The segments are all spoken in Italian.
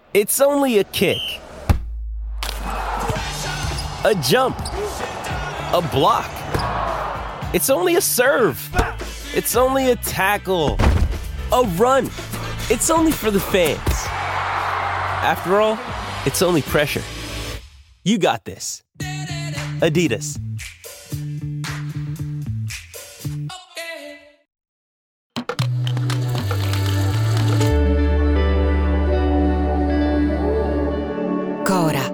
It's only a kick. A jump. A block. It's only a serve. It's only a tackle. A run. It's only for the fans. After all, it's only pressure. You got this. Adidas. Cora.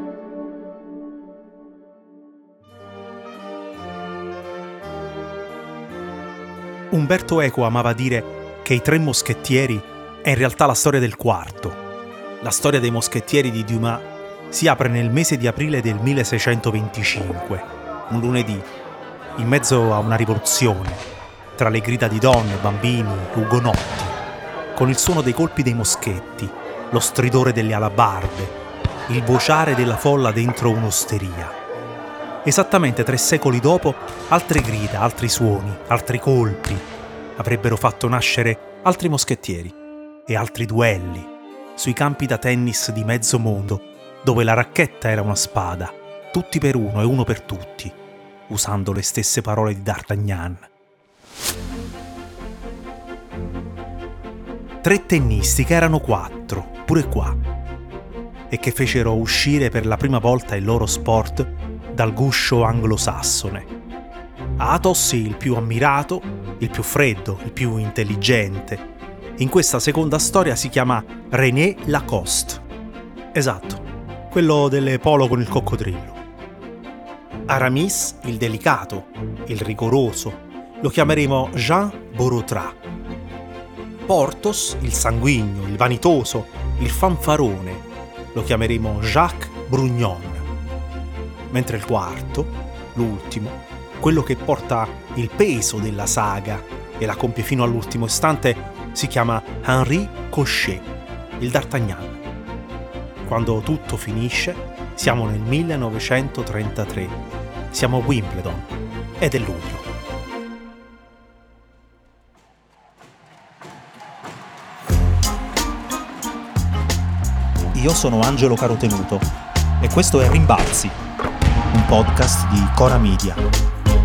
Umberto Eco amava dire che I Tre Moschettieri è in realtà la storia del quarto. La storia dei moschettieri di Dumas si apre nel mese di aprile del 1625, un lunedì, in mezzo a una rivoluzione, tra le grida di donne, bambini, ugonotti, con il suono dei colpi dei moschetti, lo stridore delle alabarde, il vociare della folla dentro un'osteria. Esattamente 3 secoli dopo, altre grida, altri suoni, altri colpi avrebbero fatto nascere altri moschettieri e altri duelli sui campi da tennis di mezzo mondo, dove la racchetta era una spada, tutti per uno e uno per tutti, usando le stesse parole di D'Artagnan. 3 tennisti che erano 4, pure qua, e che fecero uscire per la prima volta il loro sport dal guscio anglosassone. Athos, il più ammirato, il più freddo, il più intelligente, in questa seconda storia si chiama René Lacoste. Esatto, quello delle polo con il coccodrillo. Aramis, il delicato, il rigoroso, lo chiameremo Jean Borotra. Porthos, il sanguigno, il vanitoso, il fanfarone, lo chiameremo Jacques Brugnon. Mentre il quarto, l'ultimo, quello che porta il peso della saga e la compie fino all'ultimo istante, si chiama Henri Cochet, il D'Artagnan. Quando tutto finisce, siamo nel 1933. Siamo a Wimbledon ed è luglio. Io sono Angelo Carotenuto e questo è Rimbalzi, un podcast di Cora Media.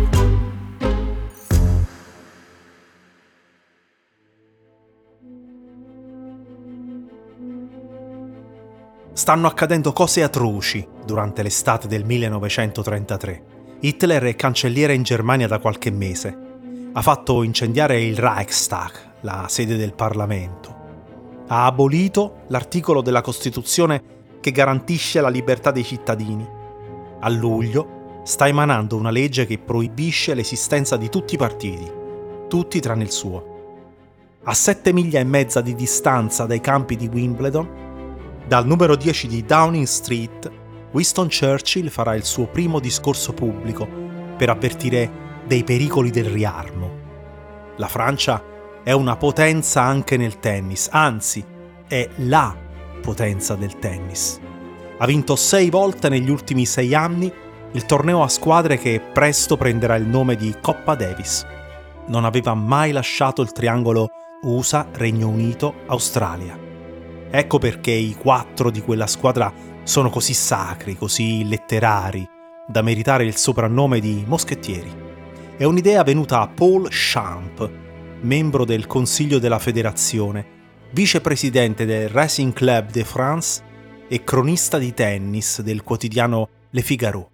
Stanno accadendo cose atroci durante l'estate del 1933. Hitler è cancelliere in Germania da qualche mese. Ha fatto incendiare il Reichstag, la sede del Parlamento. Ha abolito l'articolo della Costituzione che garantisce la libertà dei cittadini. A luglio sta emanando una legge che proibisce l'esistenza di tutti i partiti, tutti tranne il suo. A 7 miglia e mezza di distanza dai campi di Wimbledon, dal numero 10 di Downing Street, Winston Churchill farà il suo primo discorso pubblico per avvertire dei pericoli del riarmo. La Francia è una potenza anche nel tennis, anzi, è la potenza del tennis. Ha vinto 6 volte negli ultimi 6 anni il torneo a squadre che presto prenderà il nome di Coppa Davis. Non aveva mai lasciato il triangolo USA, Regno Unito, Australia. Ecco perché i 4 di quella squadra sono così sacri, così letterari, da meritare il soprannome di moschettieri. È un'idea venuta a Paul Champ, membro del Consiglio della Federazione, vicepresidente del Racing Club de France e cronista di tennis del quotidiano Le Figaro.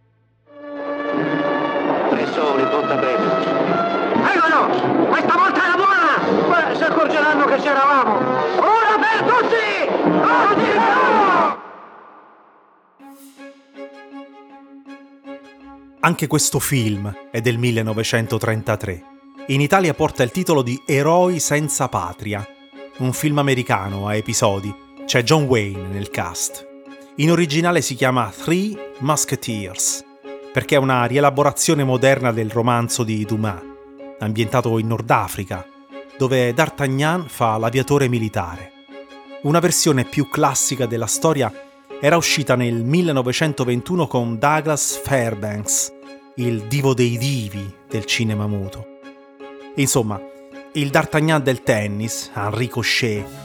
Pressone, tutta bene. Eccolo! Questa volta è la buona! Beh, si accorgeranno che c'eravamo! Ora per tutti! Oddio! Anche questo film è del 1933. In Italia porta il titolo di Eroi senza patria, un film americano a episodi. C'è John Wayne nel cast. In originale si chiama Three Musketeers, perché è una rielaborazione moderna del romanzo di Dumas, ambientato in Nord Africa, dove D'Artagnan fa l'aviatore militare. Una versione più classica della storia era uscita nel 1921 con Douglas Fairbanks, il divo dei divi del cinema muto. Insomma, il D'Artagnan del tennis, Henri Cochet,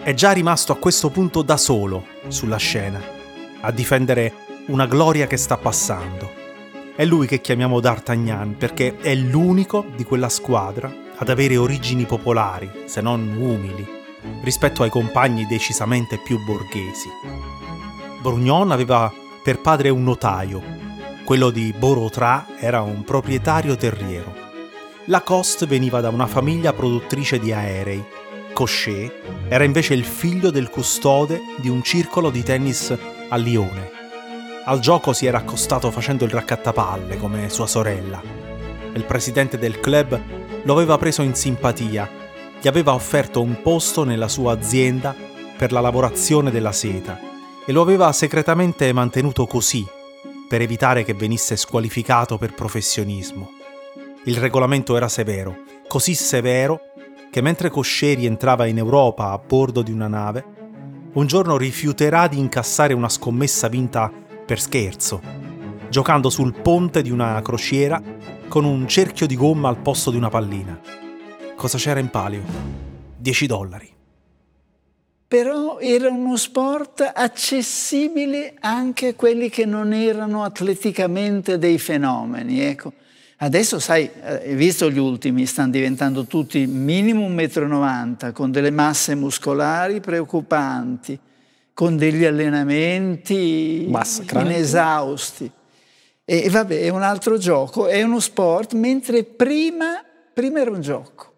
È già rimasto a questo punto da solo sulla scena, a difendere una gloria che sta passando. È lui che chiamiamo D'Artagnan perché è l'unico di quella squadra ad avere origini popolari, se non umili, rispetto ai compagni decisamente più borghesi. Bourgnon aveva per padre un notaio, quello di Borotra era un proprietario terriero. Lacoste veniva da una famiglia produttrice di aerei. Cochet era invece il figlio del custode di un circolo di tennis a Lione. Al gioco si era accostato facendo il raccattapalle come sua sorella. Il presidente del club lo aveva preso in simpatia, gli aveva offerto un posto nella sua azienda per la lavorazione della seta e lo aveva segretamente mantenuto così, per evitare che venisse squalificato per professionismo. Il regolamento era severo, così severo che mentre Cochet rientrava in Europa a bordo di una nave, un giorno rifiuterà di incassare una scommessa vinta per scherzo, giocando sul ponte di una crociera con un cerchio di gomma al posto di una pallina. Cosa c'era in palio? $10. Però era uno sport accessibile anche a quelli che non erano atleticamente dei fenomeni, ecco. Adesso, sai, hai visto gli ultimi, stanno diventando tutti minimo 1,90 m, con delle masse muscolari preoccupanti, con degli allenamenti inesausti. E vabbè, è un altro gioco, è uno sport, mentre prima era un gioco.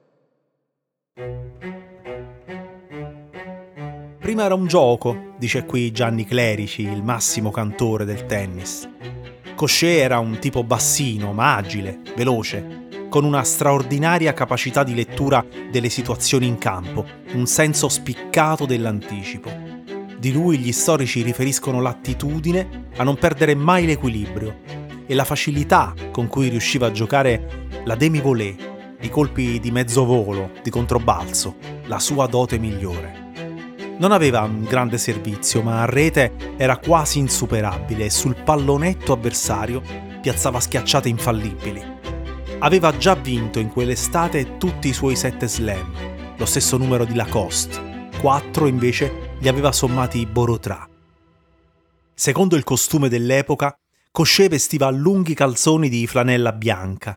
Prima era un gioco, dice qui Gianni Clerici, il massimo cantore del tennis. Cochet era un tipo bassino, ma agile, veloce, con una straordinaria capacità di lettura delle situazioni in campo, un senso spiccato dell'anticipo. Di lui gli storici riferiscono l'attitudine a non perdere mai l'equilibrio e la facilità con cui riusciva a giocare la demi-volée, i colpi di mezzo volo, di controbalzo, la sua dote migliore. Non aveva un grande servizio, ma a rete era quasi insuperabile e sul pallonetto avversario piazzava schiacciate infallibili. Aveva già vinto in quell'estate tutti i suoi 7 slam, lo stesso numero di Lacoste, 4 invece li aveva sommati Borotra. Secondo il costume dell'epoca, Cochet vestiva lunghi calzoni di flanella bianca.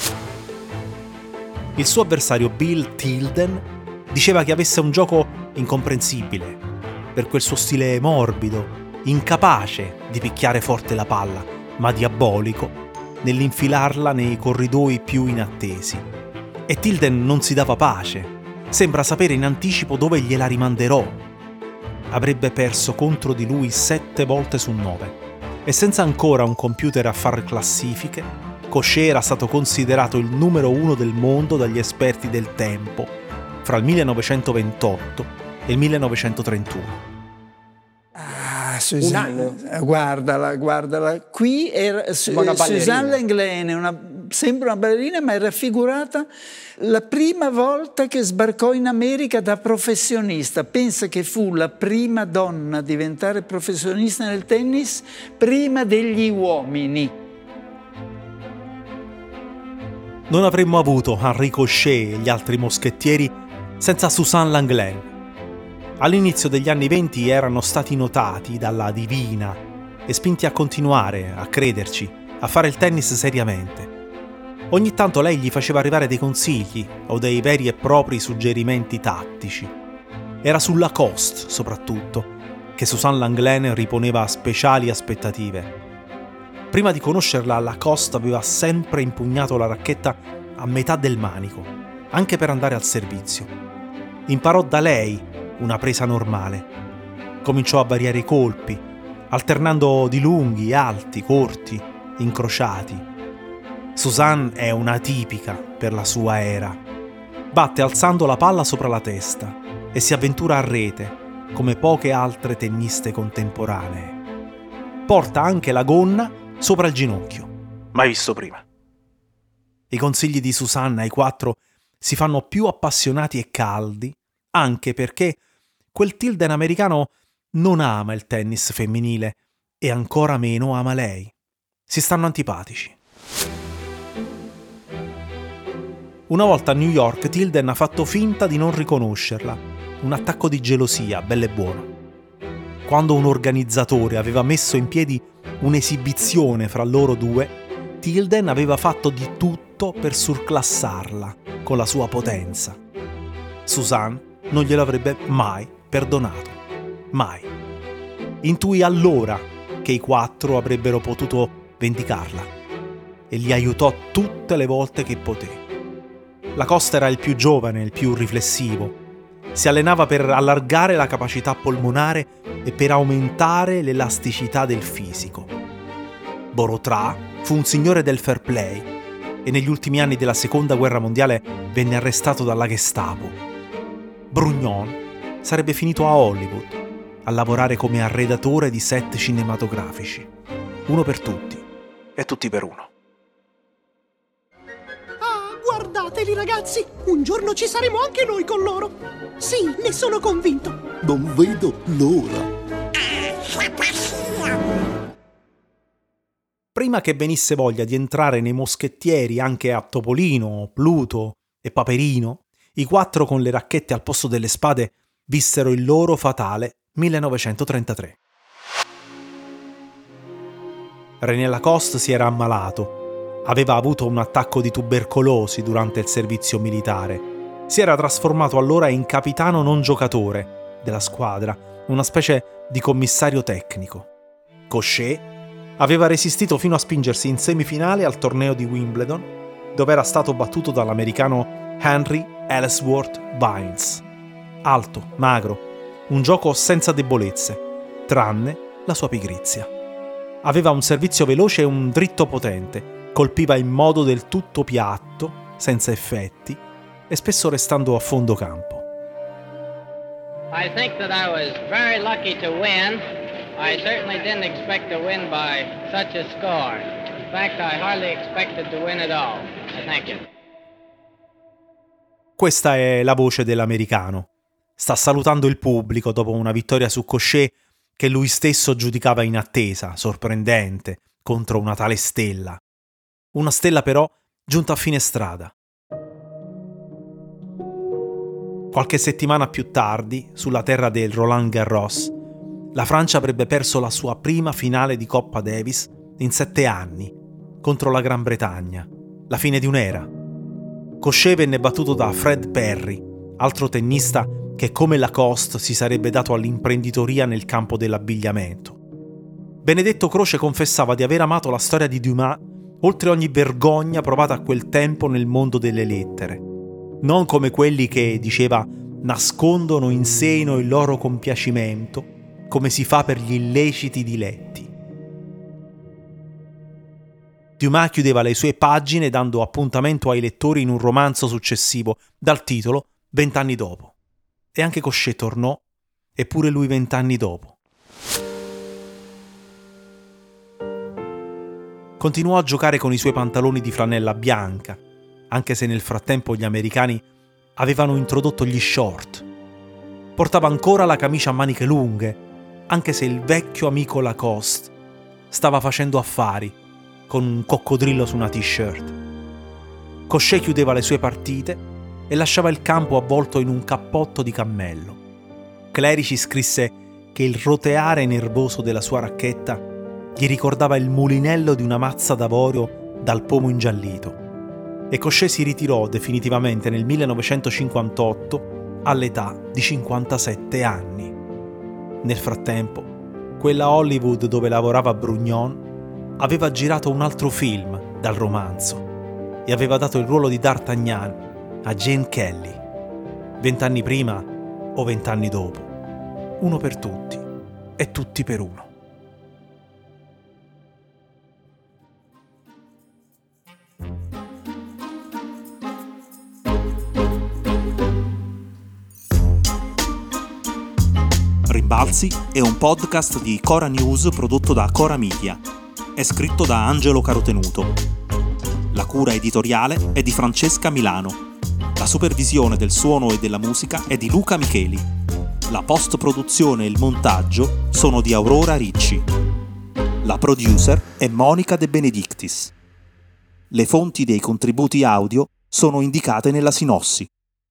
Il suo avversario Bill Tilden diceva che avesse un gioco incomprensibile, per quel suo stile morbido, incapace di picchiare forte la palla, ma diabolico nell'infilarla nei corridoi più inattesi. E Tilden non si dava pace, sembra sapere in anticipo dove gliela rimanderò. Avrebbe perso contro di lui 7 volte su 9, e senza ancora un computer a far classifiche, Cochet era stato considerato il numero 1 del mondo dagli esperti del tempo fra il 1928 e il 1931. Suzanne, guardala. Qui era Suzanne Lenglen, sembra una ballerina, ma è raffigurata la prima volta che sbarcò in America da professionista. Pensa che fu la prima donna a diventare professionista nel tennis prima degli uomini. Non avremmo avuto Henri Cochet e gli altri moschettieri senza Suzanne Lenglen. All'inizio degli anni 20 erano stati notati dalla divina e spinti a continuare, a crederci, a fare il tennis seriamente. Ogni tanto lei gli faceva arrivare dei consigli o dei veri e propri suggerimenti tattici. Era su Lacoste, soprattutto, che Suzanne Lenglen riponeva speciali aspettative. Prima di conoscerla, Lacoste aveva sempre impugnato la racchetta a metà del manico, anche per andare al servizio. Imparò da lei una presa normale. Cominciò a variare i colpi, alternando di lunghi, alti, corti, incrociati. Suzanne è una tipica per la sua era. Batte alzando la palla sopra la testa e si avventura a rete come poche altre tenniste contemporanee. Porta anche la gonna sopra il ginocchio. Mai visto prima. I consigli di Suzanne ai 4 si fanno più appassionati e caldi, anche perché quel Tilden americano non ama il tennis femminile e ancora meno ama lei. Si stanno antipatici. Una volta a New York Tilden ha fatto finta di non riconoscerla, un attacco di gelosia, bello e buono. Quando un organizzatore aveva messo in piedi un'esibizione fra loro due, Tilden aveva fatto di tutto per surclassarla con la sua potenza. Suzanne non glielo avrebbe mai perdonato. Mai. Intuì allora che i quattro avrebbero potuto vendicarla e li aiutò tutte le volte che poté. Lacoste era il più giovane, il più riflessivo. Si allenava per allargare la capacità polmonare e per aumentare l'elasticità del fisico. Borotra fu un signore del fair play e negli ultimi anni della Seconda Guerra Mondiale venne arrestato dalla Gestapo. Brugnon sarebbe finito a Hollywood a lavorare come arredatore di set cinematografici. Uno per tutti e tutti per uno. Guardateli ragazzi, un giorno ci saremo anche noi con loro. Sì, ne sono convinto. Non vedo l'ora. Prima che venisse voglia di entrare nei moschettieri anche a Topolino, Pluto e Paperino, i quattro con le racchette al posto delle spade vissero il loro fatale 1933. René Lacoste si era ammalato. Aveva avuto un attacco di tubercolosi durante il servizio militare. Si era trasformato allora in capitano non giocatore della squadra, una specie di commissario tecnico. Cochet aveva resistito fino a spingersi in semifinale al torneo di Wimbledon, dove era stato battuto dall'americano Henry Ellsworth Vines. Alto, magro, un gioco senza debolezze, tranne la sua pigrizia. Aveva un servizio veloce e un dritto potente. Colpiva in modo del tutto piatto, senza effetti, e spesso restando a fondo campo. I think that I was very lucky to win. I certainly didn't expect to win by such a score. In fact, I hardly expected to win at all. Thank you. Questa è la voce dell'americano. Sta salutando il pubblico dopo una vittoria su Cochet che lui stesso giudicava inattesa, sorprendente, contro una tale stella. Una stella però giunta a fine strada. Qualche settimana più tardi, sulla terra del Roland Garros, la Francia avrebbe perso la sua prima finale di Coppa Davis in 7 anni, contro la Gran Bretagna, la fine di un'era. Cochet venne battuto da Fred Perry, altro tennista che come Lacoste si sarebbe dato all'imprenditoria nel campo dell'abbigliamento. Benedetto Croce confessava di aver amato la storia di Dumas oltre ogni vergogna provata a quel tempo nel mondo delle lettere. Non come quelli che, diceva, nascondono in seno il loro compiacimento, come si fa per gli illeciti diletti. Dumas chiudeva le sue pagine dando appuntamento ai lettori in un romanzo successivo, dal titolo 20 anni dopo. E anche Cochet tornò, eppure lui 20 anni dopo. Continuò a giocare con i suoi pantaloni di flanella bianca, anche se nel frattempo gli americani avevano introdotto gli short. Portava ancora la camicia a maniche lunghe, anche se il vecchio amico Lacoste stava facendo affari con un coccodrillo su una t-shirt. Cochet chiudeva le sue partite e lasciava il campo avvolto in un cappotto di cammello. Clerici scrisse che il roteare nervoso della sua racchetta gli ricordava il mulinello di una mazza d'avorio dal pomo ingiallito. E Cochet si ritirò definitivamente nel 1958 all'età di 57 anni. Nel frattempo, quella Hollywood dove lavorava Brugnon aveva girato un altro film dal romanzo e aveva dato il ruolo di D'Artagnan a Gene Kelly. 20 anni prima o 20 anni dopo. Uno per tutti e tutti per uno. Rimbalzi è un podcast di Cora News prodotto da Cora Media. È scritto da Angelo Carotenuto. La cura editoriale è di Francesca Milano. La supervisione del suono e della musica è di Luca Micheli. La post-produzione e il montaggio sono di Aurora Ricci. La producer è Monica De Benedictis. Le fonti dei contributi audio sono indicate nella sinossi.